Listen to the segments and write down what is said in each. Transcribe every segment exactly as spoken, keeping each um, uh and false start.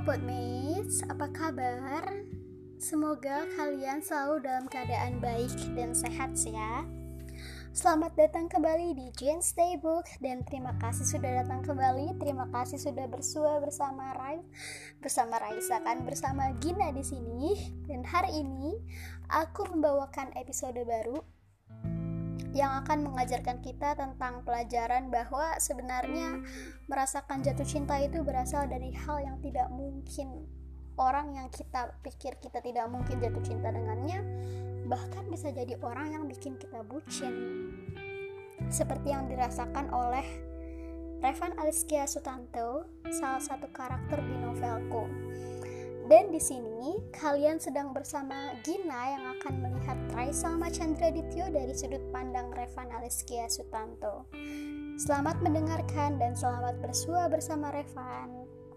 Podmates, apa kabar? Semoga kalian selalu dalam keadaan baik dan sehat ya. Selamat datang kembali di Jane Stay Book dan terima kasih sudah datang kembali. Terima kasih sudah bersua bersama Rai, bersama Raisa kan, bersama Gina di sini. Dan hari ini aku membawakan episode baru yang akan mengajarkan kita tentang pelajaran bahwa sebenarnya merasakan jatuh cinta itu berasal dari hal yang tidak mungkin. Orang yang kita pikir kita tidak mungkin jatuh cinta dengannya, bahkan bisa jadi orang yang bikin kita bucin. Seperti yang dirasakan oleh Revan Aliskia Sutanto, salah satu karakter di novelku. Dan di sini kalian sedang bersama Gina yang akan melihat Raisa Machandradityo dari sudut pandang Revan Aliskia Sutanto. Selamat mendengarkan dan selamat bersua bersama Revan.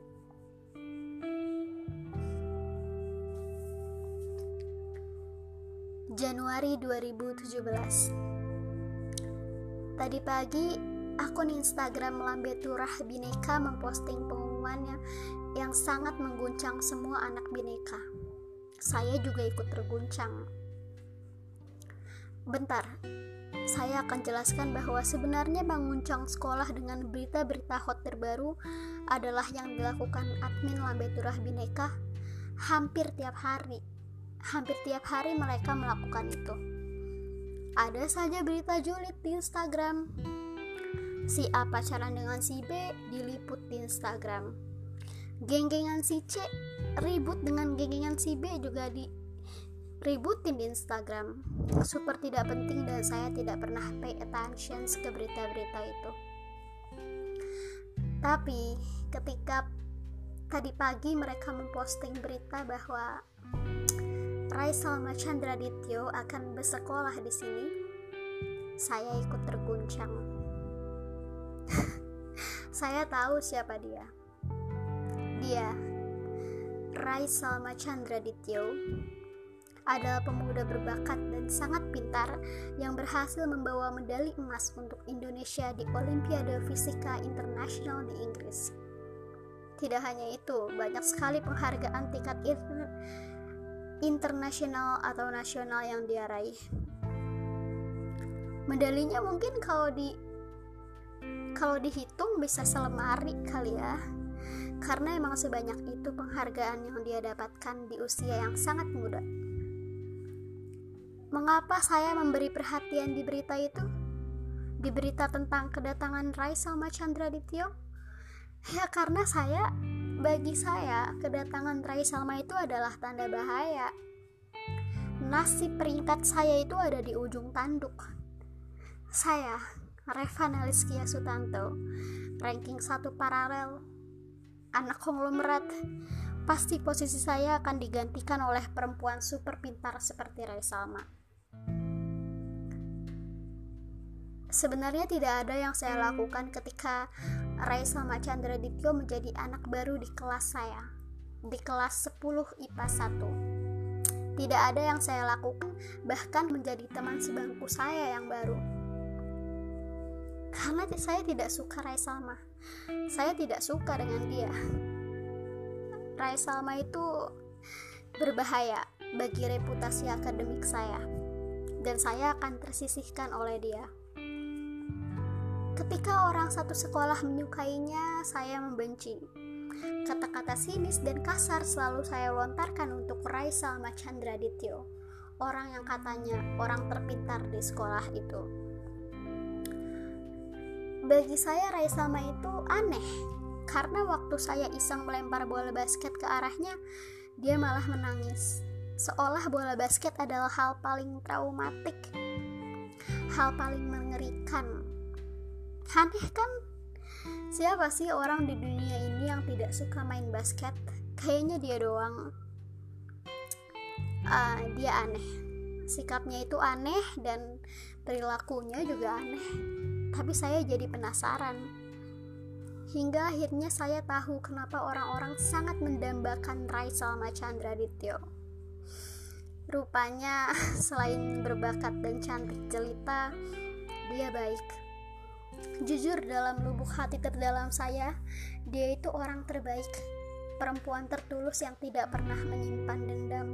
Januari dua ribu tujuh belas. Tadi pagi akun Instagram Lambe Turah Bineka memposting pengumumannya yang sangat mengguncang semua anak bineka. Saya juga ikut terguncang. Bentar, saya akan jelaskan bahwa sebenarnya menguncang sekolah dengan berita-berita hot terbaru adalah yang dilakukan admin Lambe Turah Bineka hampir tiap hari. Hampir tiap hari mereka melakukan itu. Ada saja berita julid di Instagram. Si A pacaran dengan si B diliput di Instagram. Geng-gengan si C ribut dengan geng-gengan si B juga diributin di Instagram. Super tidak penting dan saya tidak pernah pay attention ke berita-berita itu. Tapi ketika tadi pagi mereka memposting berita bahwa Raisa Machandradityo akan bersekolah di sini, saya ikut terguncang. Saya tahu siapa dia. Dia, Raisa Machandradityo, adalah pemuda berbakat dan sangat pintar yang berhasil membawa medali emas untuk Indonesia di Olimpiade Fisika Internasional di Inggris. Tidak hanya itu, banyak sekali penghargaan tingkat internasional atau nasional yang dia raih. Medalinya mungkin kalau di kalau dihitung bisa selemari kali ya. Karena emang sebanyak itu penghargaan yang dia dapatkan di usia yang sangat muda. Mengapa saya memberi perhatian di berita itu? Di berita tentang kedatangan Raisa Machandradityo? Ya karena saya Bagi saya, kedatangan Raisa itu adalah tanda bahaya. Nasib peringkat saya itu ada di ujung tanduk. Saya, Revan Aliskia Sutanto, ranking satu paralel, anak konglomerat, pasti posisi saya akan digantikan oleh perempuan super pintar seperti Raisa. Sebenarnya tidak ada yang saya lakukan ketika Raisa Machandradityo menjadi anak baru di kelas saya, di kelas sepuluh I P A satu. Tidak ada yang saya lakukan, bahkan menjadi teman sebangku saya yang baru. Karena saya tidak suka Raisa. Saya tidak suka dengan dia. Raisa itu berbahaya bagi reputasi akademik saya, dan saya akan tersisihkan oleh dia. Ketika orang satu sekolah menyukainya, saya membenci. Kata-kata sinis dan kasar selalu saya lontarkan untuk Raisa Machandradityo, orang yang katanya orang terpintar di sekolah itu. Bagi saya Raisa itu aneh, karena waktu saya iseng melempar bola basket ke arahnya, dia malah menangis. Seolah bola basket adalah hal paling traumatik, hal paling mengerikan. Aneh kan? Siapa sih orang di dunia ini yang tidak suka main basket? Kayaknya dia doang. uh, Dia aneh. Sikapnya itu aneh dan perilakunya juga aneh. Tapi saya jadi penasaran. Hingga akhirnya saya tahu kenapa orang-orang sangat mendambakan Raisa Machandradityo. Rupanya selain berbakat dan cantik jelita, dia baik. Jujur dalam lubuk hati terdalam saya, dia itu orang terbaik. perempuan tertulus yang tidak pernah menyimpan dendam.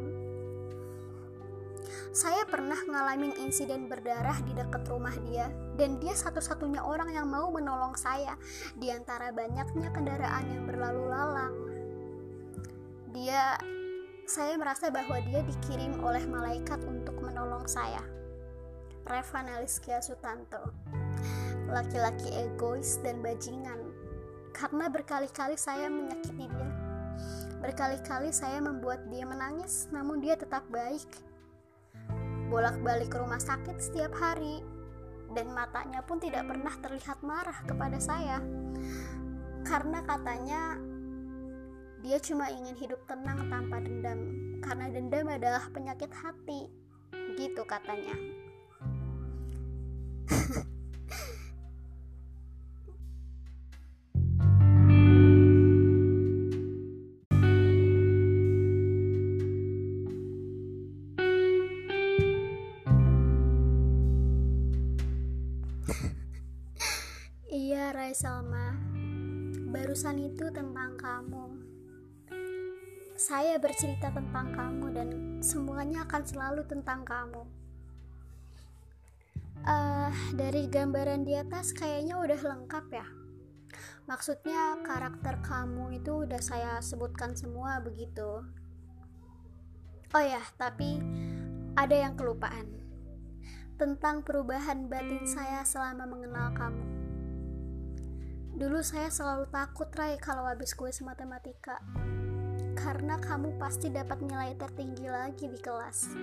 Saya pernah ngalamin insiden berdarah di dekat rumah dia, dan dia satu-satunya orang yang mau menolong saya di antara banyaknya kendaraan yang berlalu lalang. Dia, saya merasa bahwa dia dikirim oleh malaikat untuk menolong saya. Reva Naliskia Sutanto, laki-laki egois dan bajingan. Karena berkali-kali saya menyakiti dia, berkali-kali saya membuat dia menangis, namun dia tetap baik. Bolak-balik ke rumah sakit setiap hari, dan matanya pun tidak pernah terlihat marah kepada saya. Karena katanya dia cuma ingin hidup tenang tanpa dendam, karena dendam adalah penyakit hati, gitu katanya. Iya, Rai Salma, barusan itu tentang kamu. Saya bercerita tentang kamu dan semuanya akan selalu tentang kamu. Uh, dari gambaran di atas kayaknya udah lengkap ya. Maksudnya karakter kamu itu udah saya sebutkan semua begitu. Oh ya, tapi ada yang kelupaan. Tentang perubahan batin saya selama mengenal kamu. Dulu saya selalu takut, Rai, kalau habis kuis matematika, karena kamu pasti dapat nilai tertinggi lagi di kelas,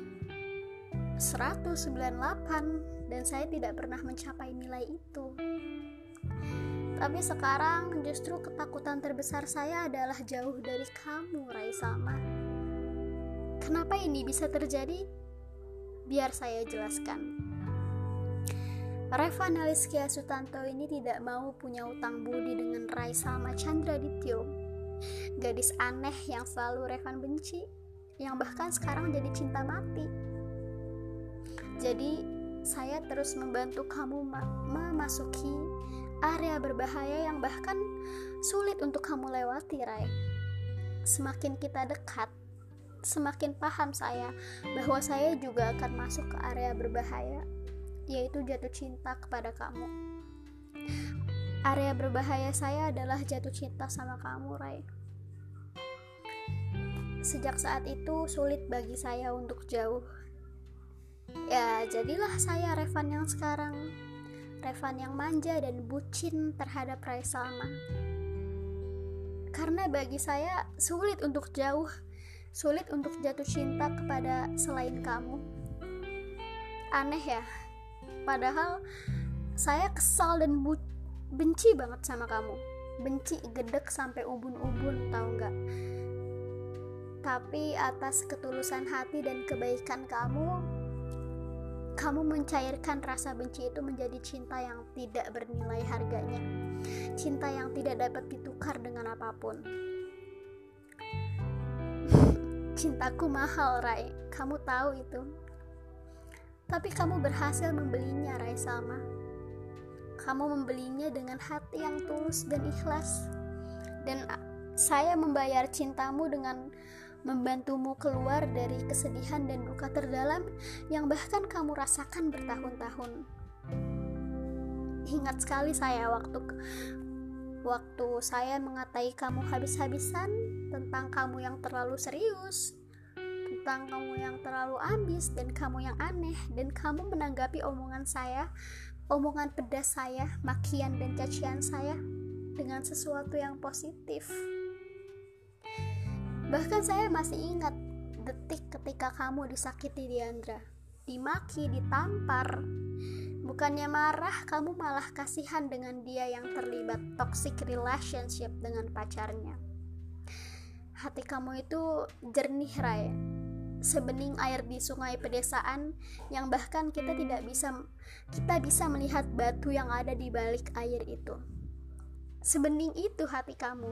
seratus sembilan puluh delapan, dan saya tidak pernah mencapai nilai itu. Tapi sekarang justru ketakutan terbesar saya adalah jauh dari kamu, Rai Salma. Kenapa ini bisa terjadi? Biar saya jelaskan. Reva Naliskia Sutanto ini tidak mau punya utang budi dengan Rai Salma Chandradityo, gadis aneh yang selalu Revan benci, yang bahkan sekarang jadi cinta mati. Jadi saya terus membantu kamu ma- memasuki area berbahaya yang bahkan sulit untuk kamu lewati, Rai. Semakin kita dekat, semakin paham saya bahwa saya juga akan masuk ke area berbahaya, yaitu jatuh cinta kepada kamu. Area berbahaya saya adalah jatuh cinta sama kamu, Rai. Sejak saat itu sulit bagi saya untuk jauh. Ya, jadilah saya Revan yang sekarang, Revan yang manja dan bucin terhadap Rai Salma. Karena bagi saya sulit untuk jauh, sulit untuk jatuh cinta kepada selain kamu. Aneh ya? Padahal saya kesal dan bu- benci banget sama kamu. Benci gedek sampai ubun-ubun, tahu gak? Tapi atas ketulusan hati dan kebaikan kamu, kamu mencairkan rasa benci itu menjadi cinta yang tidak bernilai harganya, cinta yang tidak dapat ditukar dengan apapun. Cintaku mahal, Rai, kamu tahu itu. Tapi kamu berhasil membelinya, Rai Salma. Kamu membelinya dengan hati yang tulus dan ikhlas. Dan saya membayar cintamu dengan membantumu keluar dari kesedihan dan duka terdalam yang bahkan kamu rasakan bertahun-tahun. Ingat sekali saya waktu waktu saya mengatai kamu habis-habisan tentang kamu yang terlalu serius, tentang kamu yang terlalu ambis dan kamu yang aneh, dan kamu menanggapi omongan saya, omongan pedas saya, makian dan cacian saya dengan sesuatu yang positif. Bahkan saya masih ingat detik ketika kamu disakiti Diandra, dimaki, ditampar. Bukannya marah, kamu malah kasihan dengan dia yang terlibat toxic relationship dengan pacarnya. Hati kamu itu jernih, Rai, sebening air di sungai pedesaan yang bahkan kita tidak bisa kita bisa melihat batu yang ada di balik air itu. Sebening itu hati kamu.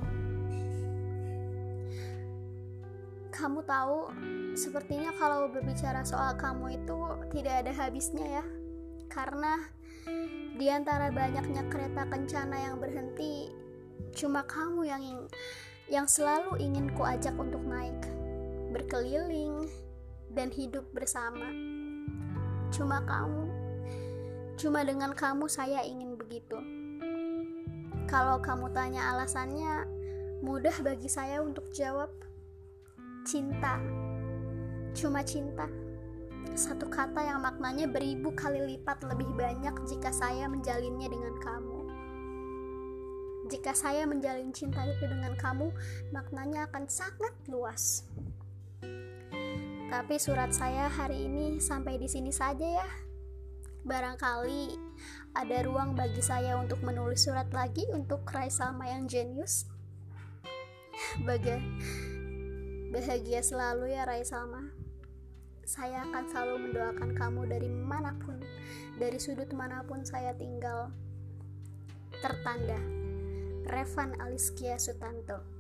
Kamu tahu, sepertinya kalau berbicara soal kamu itu tidak ada habisnya ya. Karena di antara banyaknya kereta kencana yang berhenti, cuma kamu yang yang selalu ingin ku ajak untuk naik, berkeliling, dan hidup bersama. Cuma kamu, cuma dengan kamu saya ingin begitu. Kalau kamu tanya alasannya, mudah bagi saya untuk jawab. Cinta, cuma cinta. Satu kata yang maknanya beribu kali lipat lebih banyak jika saya menjalinnya dengan kamu. Jika saya menjalin cinta itu dengan kamu, maknanya akan sangat luas. Tapi surat saya hari ini sampai di sini saja ya. Barangkali ada ruang bagi saya untuk menulis surat lagi untuk Rai Salma yang jenius. Baga, bahagia selalu ya Rai Salma. Saya akan selalu mendoakan kamu dari manapun, dari sudut manapun saya tinggal. Tertanda Revan Aliskia Sutanto.